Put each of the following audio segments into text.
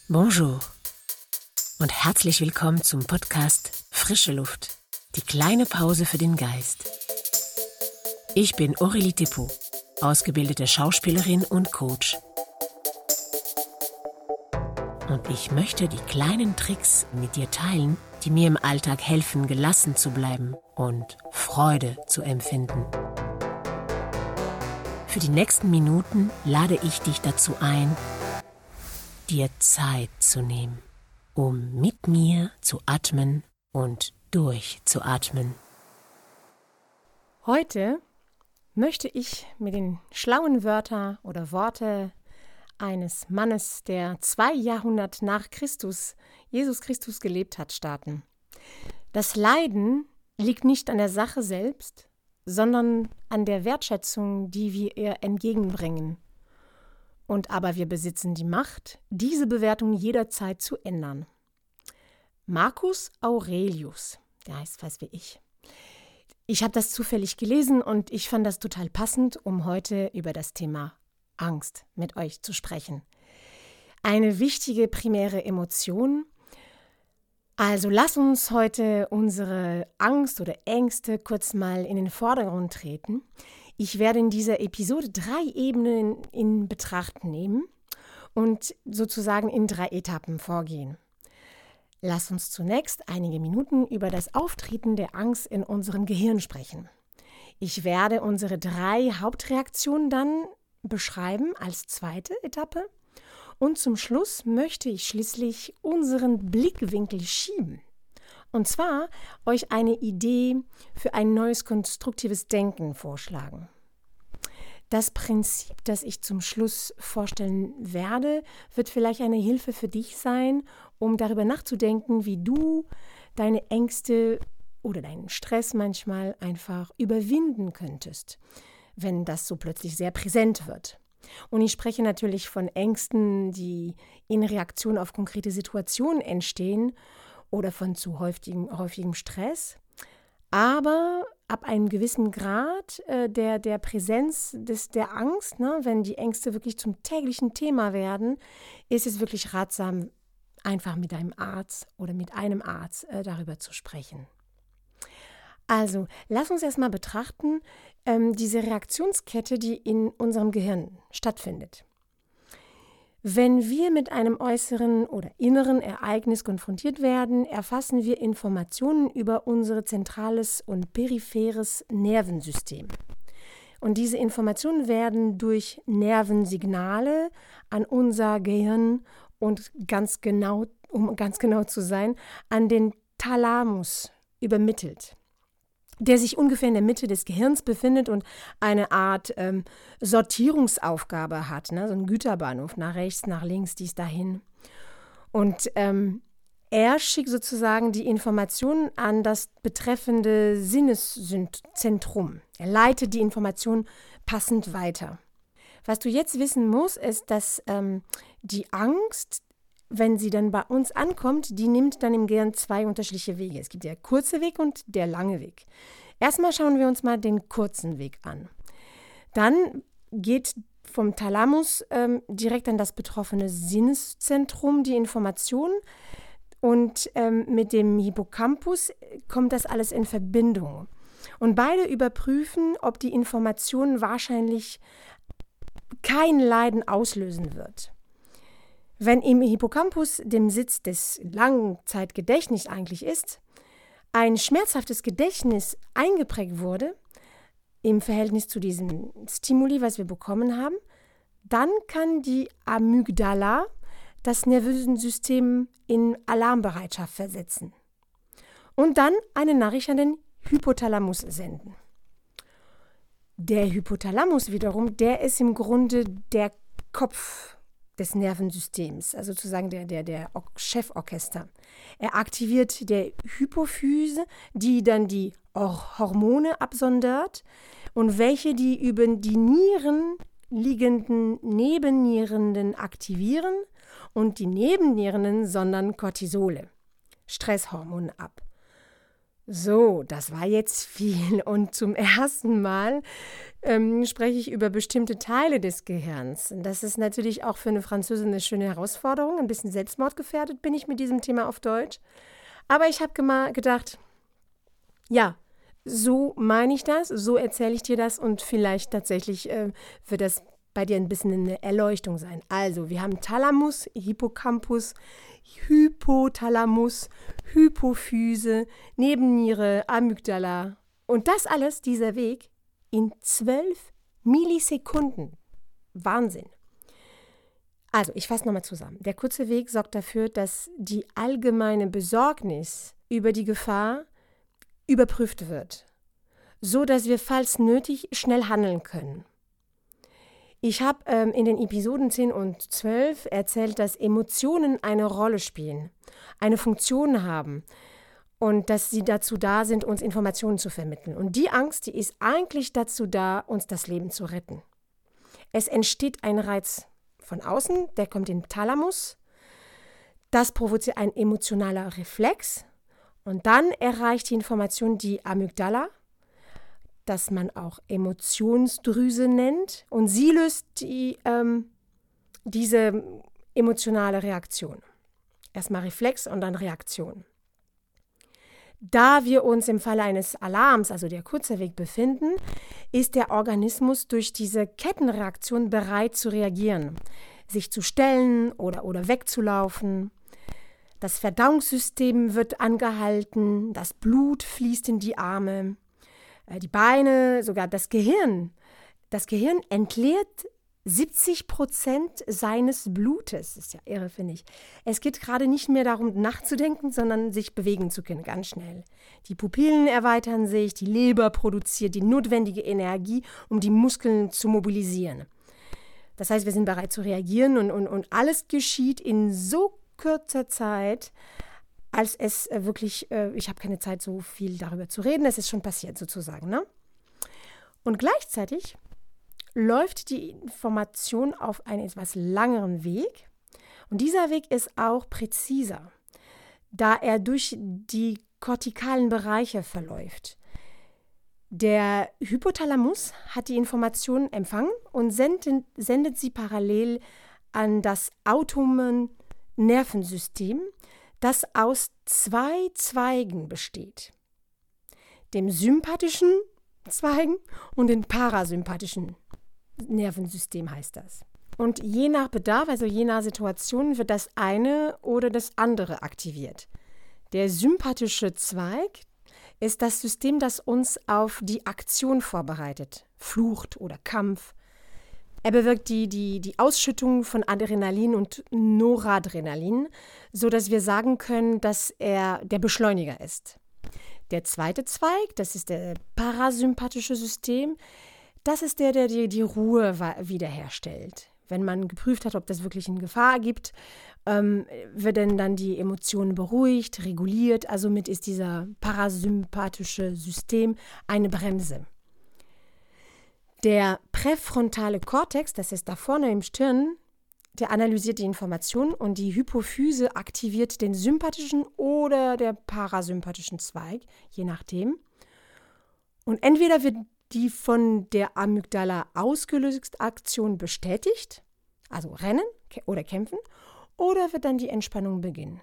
Bonjour und herzlich willkommen zum Podcast Frische Luft, die kleine Pause für den Geist. Ich bin Aurélie Thépot, ausgebildete Schauspielerin und Coach. Und ich möchte die kleinen Tricks mit dir teilen, die mir im Alltag helfen, gelassen zu bleiben und Freude zu empfinden. Für die nächsten Minuten lade ich dich dazu ein, dir Zeit zu nehmen, um mit mir zu atmen und durchzuatmen. Heute möchte ich mit den schlauen Wörtern oder Worte eines Mannes, der 2 Jahrhunderte nach Christus, Jesus Christus gelebt hat, starten. Das Leiden liegt nicht an der Sache selbst, sondern an der Wertschätzung, die wir ihr entgegenbringen. Und aber wir besitzen die Macht, diese Bewertung jederzeit zu ändern. Marcus Aurelius, der heißt fast wie ich. Ich habe das zufällig gelesen und ich fand das total passend, um heute über das Thema Angst mit euch zu sprechen. Eine wichtige primäre Emotion. Also lass uns heute unsere Angst oder Ängste kurz mal in den Vordergrund treten. Ich werde in dieser Episode 3 Ebenen in Betracht nehmen und sozusagen in 3 Etappen vorgehen. Lass uns zunächst einige Minuten über das Auftreten der Angst in unserem Gehirn sprechen. Ich werde unsere 3 Hauptreaktionen dann beschreiben als zweite Etappe und zum Schluss möchte ich schließlich unseren Blickwinkel schieben. Und zwar euch eine Idee für ein neues konstruktives Denken vorschlagen. Das Prinzip, das ich zum Schluss vorstellen werde, wird vielleicht eine Hilfe für dich sein, um darüber nachzudenken, wie du deine Ängste oder deinen Stress manchmal einfach überwinden könntest, wenn das so plötzlich sehr präsent wird. Und ich spreche natürlich von Ängsten, die in Reaktion auf konkrete Situationen entstehen oder von zu häufigem Stress. Aber ab einem gewissen Grad der Präsenz der Angst, wenn die Ängste wirklich zum täglichen Thema werden, ist es wirklich ratsam, einfach mit einem Arzt oder mit einem Arzt darüber zu sprechen. Also, lass uns erstmal betrachten, diese Reaktionskette, die in unserem Gehirn stattfindet. Wenn wir mit einem äußeren oder inneren Ereignis konfrontiert werden, erfassen wir Informationen über unser zentrales und peripheres Nervensystem. Und diese Informationen werden durch Nervensignale an unser Gehirn und um ganz genau zu sein, an den Thalamus übermittelt, der sich ungefähr in der Mitte des Gehirns befindet und eine Art Sortierungsaufgabe hat, so ein Güterbahnhof, nach rechts, nach links, dies, dahin. Und er schickt sozusagen die Informationen an das betreffende Sinneszentrum. Er leitet die Information passend weiter. Was du jetzt wissen musst, ist, dass die Angst, wenn sie dann bei uns ankommt, die nimmt dann im Gehirn 2 unterschiedliche Wege. Es gibt der kurze Weg und der lange Weg. Erstmal schauen wir uns mal den kurzen Weg an. Dann geht vom Thalamus direkt an das betroffene Sinneszentrum die Information und mit dem Hippocampus kommt das alles in Verbindung. Und beide überprüfen, ob die Information wahrscheinlich kein Leiden auslösen wird. Wenn im Hippocampus, dem Sitz des Langzeitgedächtnisses eigentlich ist, ein schmerzhaftes Gedächtnis eingeprägt wurde, im Verhältnis zu diesem Stimuli, was wir bekommen haben, dann kann die Amygdala das Nervensystem in Alarmbereitschaft versetzen und dann eine Nachricht an den Hypothalamus senden. Der Hypothalamus wiederum, der ist im Grunde der Kopf des Nervensystems, also sozusagen der Cheforchester. Er aktiviert der Hypophyse, die dann die Hormone absondert und welche die über die Nieren liegenden Nebennierenden aktivieren und die Nebennierenden sondern Cortisole, Stresshormone ab. So, das war jetzt viel und zum ersten Mal spreche ich über bestimmte Teile des Gehirns. Und das ist natürlich auch für eine Französin eine schöne Herausforderung. Ein bisschen selbstmordgefährdet bin ich mit diesem Thema auf Deutsch. Aber ich habe gedacht, ja, so meine ich das, so erzähle ich dir das und vielleicht tatsächlich wird das bei dir ein bisschen eine Erleuchtung sein. Also, wir haben Thalamus, Hippocampus, Hypothalamus, Hypophyse, Nebenniere, Amygdala. Und das alles, dieser Weg, in 12 Millisekunden. Wahnsinn. Also, ich fasse nochmal zusammen. Der kurze Weg sorgt dafür, dass die allgemeine Besorgnis über die Gefahr überprüft wird, so dass wir, falls nötig, schnell handeln können. Ich habe in den Episoden 10 und 12 erzählt, dass Emotionen eine Rolle spielen, eine Funktion haben und dass sie dazu da sind, uns Informationen zu vermitteln. Und die Angst, die ist eigentlich dazu da, uns das Leben zu retten. Es entsteht ein Reiz von außen, der kommt in den Thalamus, das provoziert ein emotionaler Reflex und dann erreicht die Information die Amygdala, das man auch Emotionsdrüse nennt. Und sie löst diese emotionale Reaktion. Erstmal Reflex und dann Reaktion. Da wir uns im Falle eines Alarms, also der Kurzweg, befinden, ist der Organismus durch diese Kettenreaktion bereit zu reagieren, sich zu stellen oder wegzulaufen. Das Verdauungssystem wird angehalten, das Blut fließt in die Arme. Die Beine, sogar das Gehirn. Das Gehirn entleert 70% seines Blutes. Das ist ja irre, finde ich. Es geht gerade nicht mehr darum, nachzudenken, sondern sich bewegen zu können, ganz schnell. Die Pupillen erweitern sich, die Leber produziert die notwendige Energie, um die Muskeln zu mobilisieren. Das heißt, wir sind bereit zu reagieren und alles geschieht in so kurzer Zeit, als es wirklich, ich habe keine Zeit, so viel darüber zu reden, es ist schon passiert sozusagen. Ne? Und gleichzeitig läuft die Information auf einen etwas langeren Weg und dieser Weg ist auch präziser, da er durch die kortikalen Bereiche verläuft. Der Hypothalamus hat die Informationen empfangen und sendet sie parallel an das autonome Nervensystem, das aus 2 Zweigen besteht. Dem sympathischen Zweigen und dem parasympathischen Nervensystem heißt das. Und je nach Bedarf, also je nach Situation, wird das eine oder das andere aktiviert. Der sympathische Zweig ist das System, das uns auf die Aktion vorbereitet, Flucht oder Kampf. Er bewirkt die Ausschüttung von Adrenalin und Noradrenalin, sodass wir sagen können, dass er der Beschleuniger ist. Der zweite Zweig, das ist der parasympathische System, das ist der die Ruhe wiederherstellt. Wenn man geprüft hat, ob das wirklich eine Gefahr gibt, werden dann die Emotionen beruhigt, reguliert. Also somit ist dieser parasympathische System eine Bremse. Der präfrontale Kortex, das ist da vorne im Stirn, der analysiert die Information und die Hypophyse aktiviert den sympathischen oder der parasympathischen Zweig, je nachdem. Und entweder wird die von der Amygdala ausgelöste Aktion bestätigt, also rennen oder kämpfen, oder wird dann die Entspannung beginnen.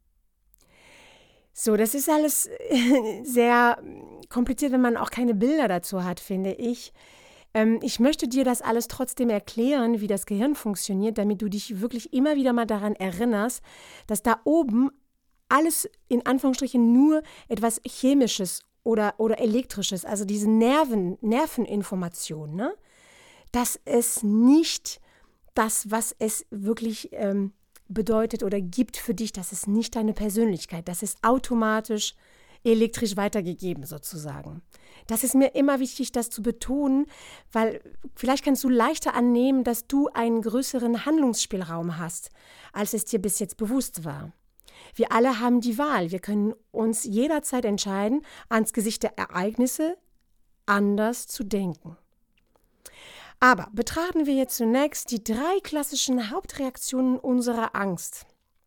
So, das ist alles sehr kompliziert, wenn man auch keine Bilder dazu hat, finde ich. Ich möchte dir das alles trotzdem erklären, wie das Gehirn funktioniert, damit du dich wirklich immer wieder mal daran erinnerst, dass da oben alles in Anführungsstrichen nur etwas Chemisches oder Elektrisches, also diese Nerveninformation, ne? Das ist nicht das, was es wirklich bedeutet oder gibt für dich, das ist nicht deine Persönlichkeit, das ist automatisch elektrisch weitergegeben sozusagen. Das ist mir immer wichtig, das zu betonen, weil vielleicht kannst du leichter annehmen, dass du einen größeren Handlungsspielraum hast, als es dir bis jetzt bewusst war. Wir alle haben die Wahl. Wir können uns jederzeit entscheiden, ans Gesicht der Ereignisse anders zu denken. Aber betrachten wir jetzt zunächst die 3 klassischen Hauptreaktionen unserer Angst.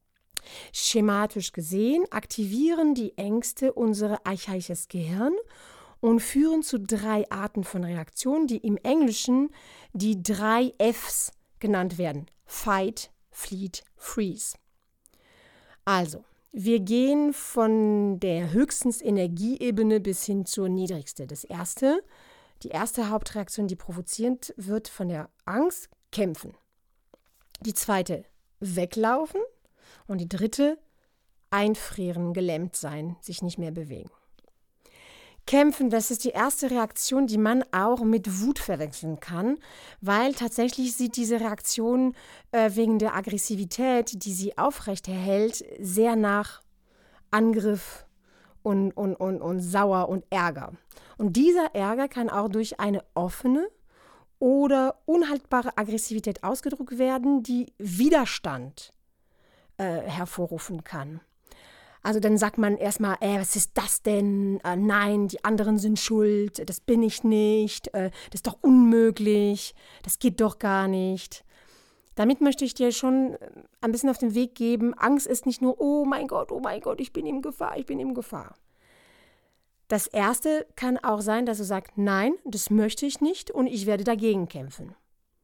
Schematisch gesehen aktivieren die Ängste unser archaisches Gehirn und führen zu 3 Arten von Reaktionen, die im Englischen die 3 Fs genannt werden. Fight, Fleet, Freeze. Also, wir gehen von der höchsten Energieebene bis hin zur niedrigsten. Die erste Hauptreaktion, die provozierend wird von der Angst, kämpfen. Die zweite, weglaufen. Und die dritte, einfrieren, gelähmt sein, sich nicht mehr bewegen. Kämpfen, das ist die erste Reaktion, die man auch mit Wut verwechseln kann, weil tatsächlich sieht diese Reaktion wegen der Aggressivität, die sie aufrechterhält, sehr nach Angriff und Sauer und Ärger. Und dieser Ärger kann auch durch eine offene oder unhaltbare Aggressivität ausgedrückt werden, die Widerstand hervorrufen kann. Also dann sagt man erstmal, was ist das denn? Nein, die anderen sind schuld, das bin ich nicht, das ist doch unmöglich, das geht doch gar nicht. Damit möchte ich dir schon ein bisschen auf den Weg geben, Angst ist nicht nur, oh mein Gott, ich bin in Gefahr. Das Erste kann auch sein, dass du sagst, nein, das möchte ich nicht und ich werde dagegen kämpfen.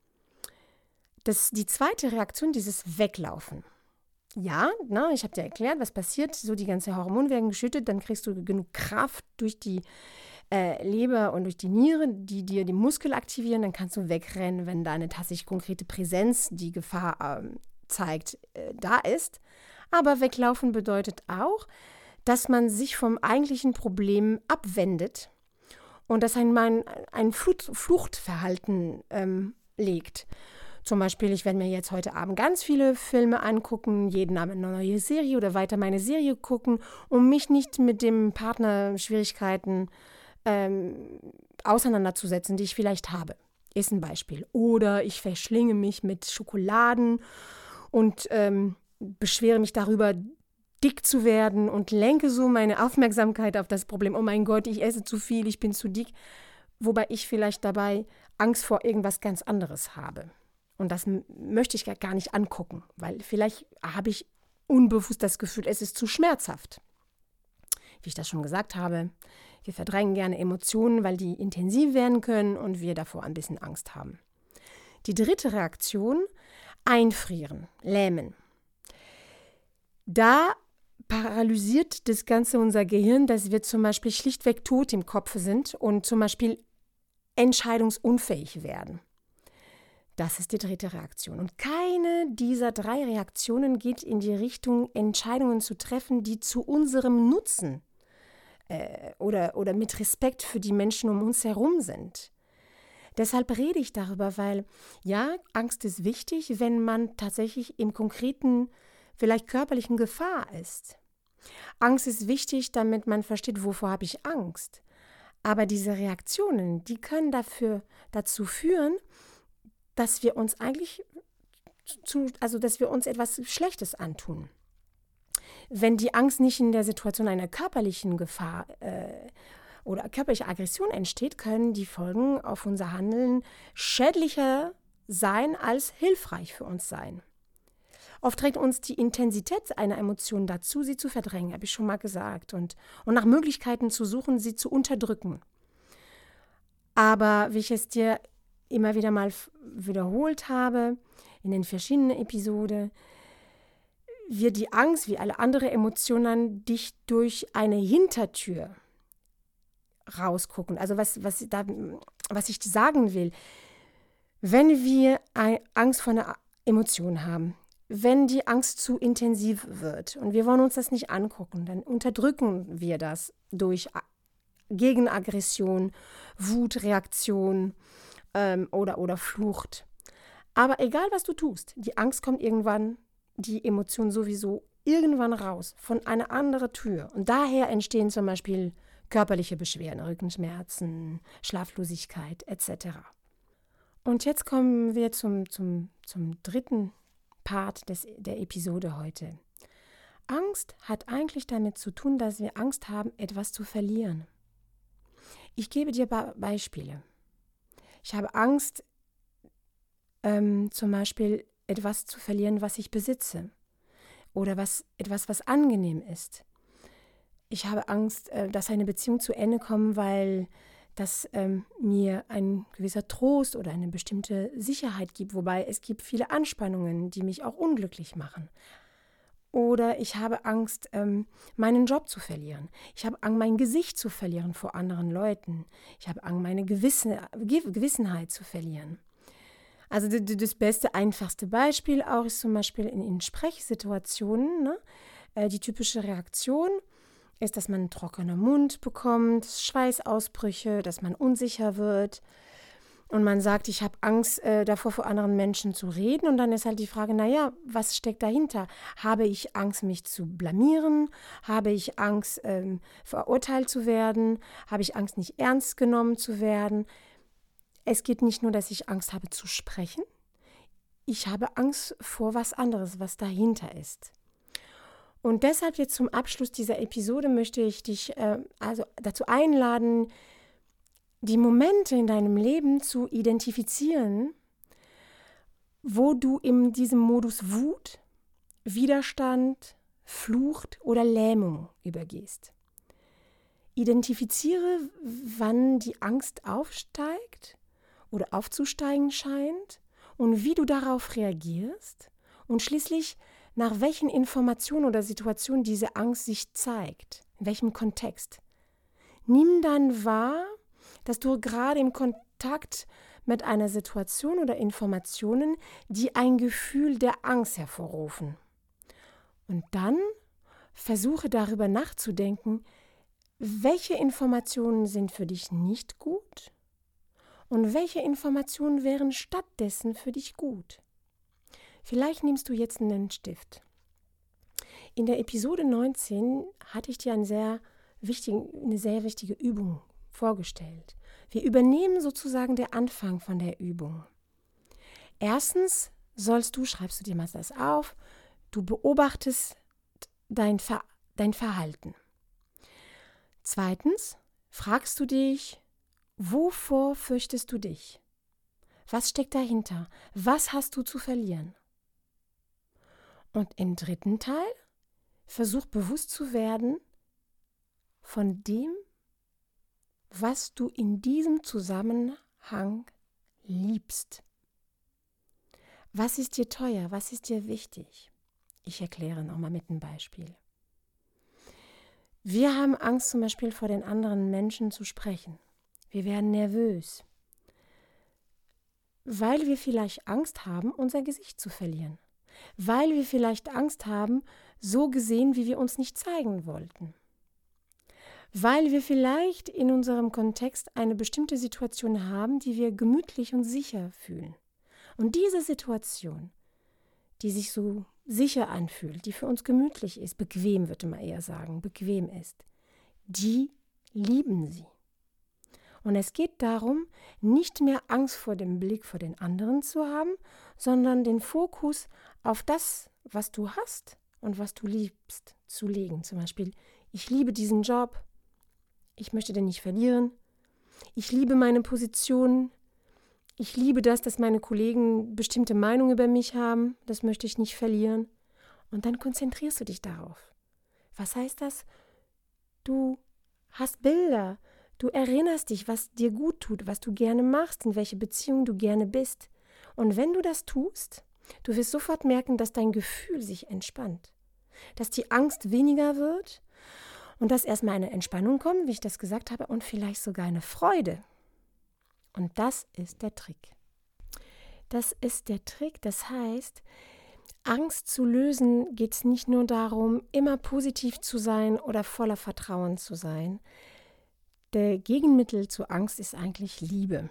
Die zweite Reaktion, dieses Weglaufen. Ja, ich habe dir erklärt, was passiert. So die ganzen Hormone werden geschüttet, dann kriegst du genug Kraft durch die Leber und durch die Niere, die dir die Muskel aktivieren. Dann kannst du wegrennen, wenn da eine tatsächlich konkrete Präsenz, die Gefahr zeigt, da ist. Aber weglaufen bedeutet auch, dass man sich vom eigentlichen Problem abwendet und dass ein Fluchtverhalten legt. Zum Beispiel, ich werde mir jetzt heute Abend ganz viele Filme angucken, jeden Abend eine neue Serie oder weiter meine Serie gucken, um mich nicht mit dem Partner Schwierigkeiten auseinanderzusetzen, die ich vielleicht habe. Ist ein Beispiel. Oder ich verschlinge mich mit Schokoladen und beschwere mich darüber, dick zu werden und lenke so meine Aufmerksamkeit auf das Problem. Oh mein Gott, ich esse zu viel, ich bin zu dick. Wobei ich vielleicht dabei Angst vor irgendwas ganz anderes habe. Und das möchte ich gar nicht angucken, weil vielleicht habe ich unbewusst das Gefühl, es ist zu schmerzhaft. Wie ich das schon gesagt habe, wir verdrängen gerne Emotionen, weil die intensiv werden können und wir davor ein bisschen Angst haben. Die dritte Reaktion, einfrieren, lähmen. Da paralysiert das Ganze unser Gehirn, dass wir zum Beispiel schlichtweg tot im Kopf sind und zum Beispiel entscheidungsunfähig werden. Das ist die dritte Reaktion. Und keine dieser 3 Reaktionen geht in die Richtung, Entscheidungen zu treffen, die zu unserem Nutzen oder mit Respekt für die Menschen um uns herum sind. Deshalb rede ich darüber, weil ja, Angst ist wichtig, wenn man tatsächlich im konkreten, vielleicht körperlichen Gefahr ist. Angst ist wichtig, damit man versteht, wovor habe ich Angst. Aber diese Reaktionen, die können dazu führen, dass wir uns dass wir uns etwas Schlechtes antun. Wenn die Angst nicht in der Situation einer körperlichen Gefahr oder körperliche Aggression entsteht, können die Folgen auf unser Handeln schädlicher sein als hilfreich für uns sein. Oft trägt uns die Intensität einer Emotion dazu, sie zu verdrängen, habe ich schon mal gesagt, und nach Möglichkeiten zu suchen, sie zu unterdrücken. Aber wie ich es dir immer wieder mal wiederholt habe, in den verschiedenen Episoden, wird die Angst, wie alle anderen Emotionen, dich durch eine Hintertür rausgucken. Also was ich sagen will, wenn wir Angst vor einer Emotion haben, wenn die Angst zu intensiv wird und wir wollen uns das nicht angucken, dann unterdrücken wir das durch Gegenaggression, Wutreaktion, oder Flucht. Aber egal, was du tust, die Angst kommt irgendwann, die Emotion sowieso irgendwann raus, von einer anderen Tür. Und daher entstehen zum Beispiel körperliche Beschwerden, Rückenschmerzen, Schlaflosigkeit etc. Und jetzt kommen wir zum dritten Part der Episode heute. Angst hat eigentlich damit zu tun, dass wir Angst haben, etwas zu verlieren. Ich gebe dir Beispiele. Ich habe Angst, zum Beispiel etwas zu verlieren, was ich besitze. oder etwas, was angenehm ist. Ich habe Angst, dass eine Beziehung zu Ende kommt, weil das mir ein gewisser Trost oder eine bestimmte Sicherheit gibt, wobei es gibt viele Anspannungen, die mich auch unglücklich machen. Oder ich habe Angst, meinen Job zu verlieren. Ich habe Angst, mein Gesicht zu verlieren vor anderen Leuten. Ich habe Angst, meine Gewissenheit zu verlieren. Also das beste, einfachste Beispiel auch ist zum Beispiel in Sprechsituationen, ne? Die typische Reaktion ist, dass man einen trockenen Mund bekommt, Schweißausbrüche, dass man unsicher wird. Und man sagt, ich habe Angst davor, vor anderen Menschen zu reden. Und dann ist halt die Frage, naja, was steckt dahinter? Habe ich Angst, mich zu blamieren? Habe ich Angst, verurteilt zu werden? Habe ich Angst, nicht ernst genommen zu werden? Es geht nicht nur, dass ich Angst habe zu sprechen. Ich habe Angst vor was anderes, was dahinter ist. Und deshalb jetzt zum Abschluss dieser Episode möchte ich dich also dazu einladen, die Momente in deinem Leben zu identifizieren, wo du in diesem Modus Wut, Widerstand, Flucht oder Lähmung übergehst. Identifiziere, wann die Angst aufsteigt oder aufzusteigen scheint und wie du darauf reagierst und schließlich nach welchen Informationen oder Situationen diese Angst sich zeigt, in welchem Kontext. Nimm dann wahr, dass du gerade im Kontakt mit einer Situation oder Informationen, die ein Gefühl der Angst hervorrufen. Und dann versuche darüber nachzudenken, welche Informationen sind für dich nicht gut und welche Informationen wären stattdessen für dich gut. Vielleicht nimmst du jetzt einen Stift. In der Episode 19 hatte ich dir eine sehr wichtige Übung vorgestellt. Wir übernehmen sozusagen den Anfang von der Übung. Erstens schreibst du dir mal das auf, du beobachtest dein Verhalten. Zweitens fragst du dich, wovor fürchtest du dich? Was steckt dahinter? Was hast du zu verlieren? Und im dritten Teil versuch bewusst zu werden von dem, was du in diesem Zusammenhang liebst. Was ist dir teuer? Was ist dir wichtig? Ich erkläre nochmal mit einem Beispiel. Wir haben Angst zum Beispiel vor den anderen Menschen zu sprechen. Wir werden nervös, weil wir vielleicht Angst haben, unser Gesicht zu verlieren. Weil wir vielleicht Angst haben, so gesehen, wie wir uns nicht zeigen wollten. Weil wir vielleicht in unserem Kontext eine bestimmte Situation haben, die wir gemütlich und sicher fühlen. Und diese Situation, die sich so sicher anfühlt, die für uns gemütlich ist, bequem würde man eher sagen, bequem ist, die lieben sie. Und es geht darum, nicht mehr Angst vor dem Blick vor den anderen zu haben, sondern den Fokus auf das, was du hast und was du liebst, zu legen. Zum Beispiel, ich liebe diesen Job, ich möchte den nicht verlieren, ich liebe meine Position, ich liebe das, dass meine Kollegen bestimmte Meinungen über mich haben, das möchte ich nicht verlieren. Und dann konzentrierst du dich darauf. Was heißt das? Du hast Bilder, du erinnerst dich, was dir gut tut, was du gerne machst, in welche Beziehung du gerne bist. Und wenn du das tust, du wirst sofort merken, dass dein Gefühl sich entspannt, dass die Angst weniger wird und dass erstmal eine Entspannung kommt, wie ich das gesagt habe, und vielleicht sogar eine Freude. Und das ist der Trick. Das ist der Trick, das heißt, Angst zu lösen geht es nicht nur darum, immer positiv zu sein oder voller Vertrauen zu sein. Der Gegenmittel zur Angst ist eigentlich Liebe.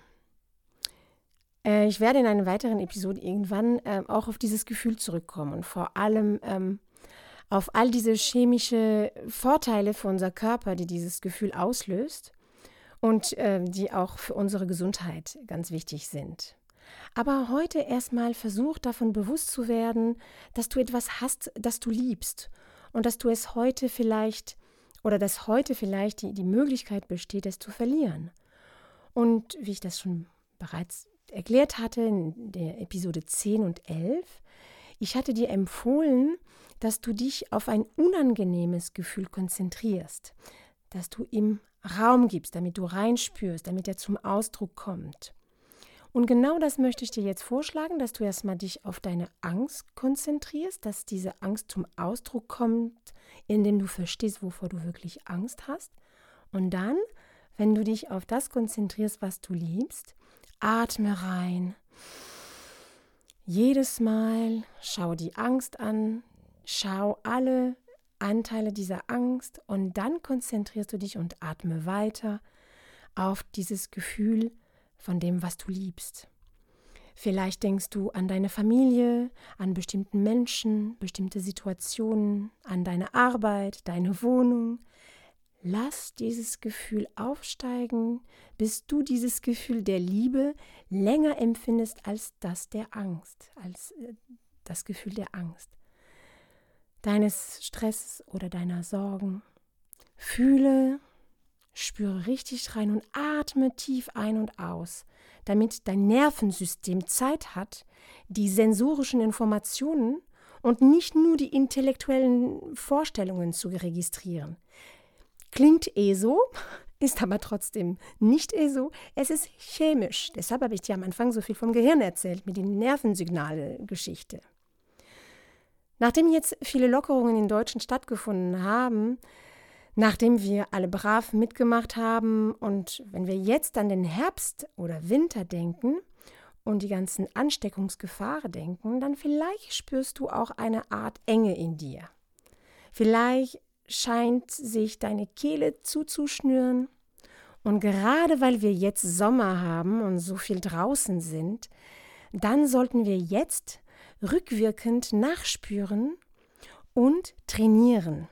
Ich werde in einer weiteren Episode irgendwann auch auf dieses Gefühl zurückkommen und vor allem auf all diese chemische Vorteile für unser Körper, die dieses Gefühl auslöst und die auch für unsere Gesundheit ganz wichtig sind. Aber heute erstmal versuch davon bewusst zu werden, dass du etwas hast, das du liebst und dass du es heute vielleicht oder dass heute vielleicht die Möglichkeit besteht, es zu verlieren. Und wie ich das schon bereits erklärt hatte in der Episode 10 und 11, ich hatte dir empfohlen, dass du dich auf ein unangenehmes Gefühl konzentrierst, dass du ihm Raum gibst, damit du reinspürst, damit er zum Ausdruck kommt. Und genau das möchte ich dir jetzt vorschlagen, dass du erstmal dich auf deine Angst konzentrierst, dass diese Angst zum Ausdruck kommt, indem du verstehst, wovor du wirklich Angst hast. Und dann, wenn du dich auf das konzentrierst, was du liebst, atme rein. Jedes Mal schau die Angst an, schau alle Anteile dieser Angst und dann konzentrierst du dich und atme weiter auf dieses Gefühl von dem, was du liebst. Vielleicht denkst du an deine Familie, an bestimmten Menschen, bestimmte Situationen, an deine Arbeit, deine Wohnung. Lass dieses Gefühl aufsteigen, bis du dieses Gefühl der Liebe länger empfindest als das der Angst, als das Gefühl der Angst, deines Stresses oder deiner Sorgen. Fühle, spüre richtig rein und atme tief ein und aus, damit dein Nervensystem Zeit hat, die sensorischen Informationen und nicht nur die intellektuellen Vorstellungen zu registrieren. Klingt so, ist aber trotzdem nicht so. Es ist chemisch. Deshalb habe ich dir am Anfang so viel vom Gehirn erzählt, mit den Nervensignale-Geschichte. Nachdem jetzt viele Lockerungen in Deutschland stattgefunden haben, nachdem wir alle brav mitgemacht haben und wenn wir jetzt an den Herbst oder Winter denken und die ganzen Ansteckungsgefahren denken, dann vielleicht spürst du auch eine Art Enge in dir. Vielleicht scheint sich deine Kehle zuzuschnüren und gerade weil wir jetzt Sommer haben und so viel draußen sind, dann sollten wir jetzt rückwirkend nachspüren und trainieren.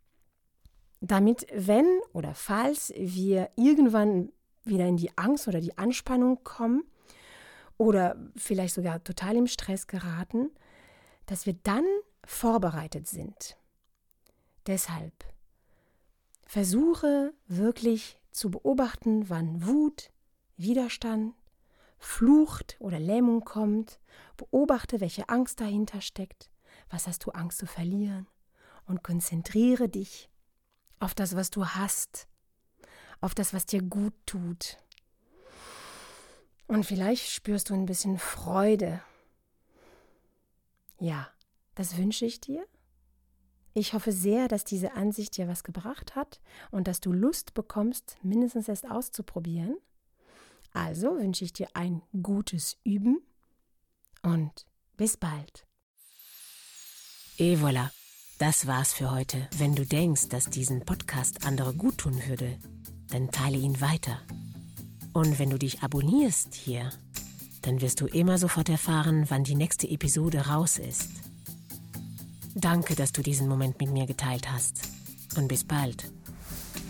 Damit, wenn oder falls wir irgendwann wieder in die Angst oder die Anspannung kommen oder vielleicht sogar total im Stress geraten, dass wir dann vorbereitet sind. Deshalb versuche wirklich zu beobachten, wann Wut, Widerstand, Flucht oder Lähmung kommt. Beobachte, welche Angst dahinter steckt. Was hast du Angst zu verlieren? Und konzentriere dich auf das, was du hast, auf das, was dir gut tut. Und vielleicht spürst du ein bisschen Freude. Ja, das wünsche ich dir. Ich hoffe sehr, dass diese Ansicht dir was gebracht hat und dass du Lust bekommst, mindestens es auszuprobieren. Also wünsche ich dir ein gutes Üben und bis bald. Et voilà. Das war's für heute. Wenn du denkst, dass diesen Podcast andere gut tun würde, dann teile ihn weiter. Und wenn du dich abonnierst hier, dann wirst du immer sofort erfahren, wann die nächste Episode raus ist. Danke, dass du diesen Moment mit mir geteilt hast. Und bis bald.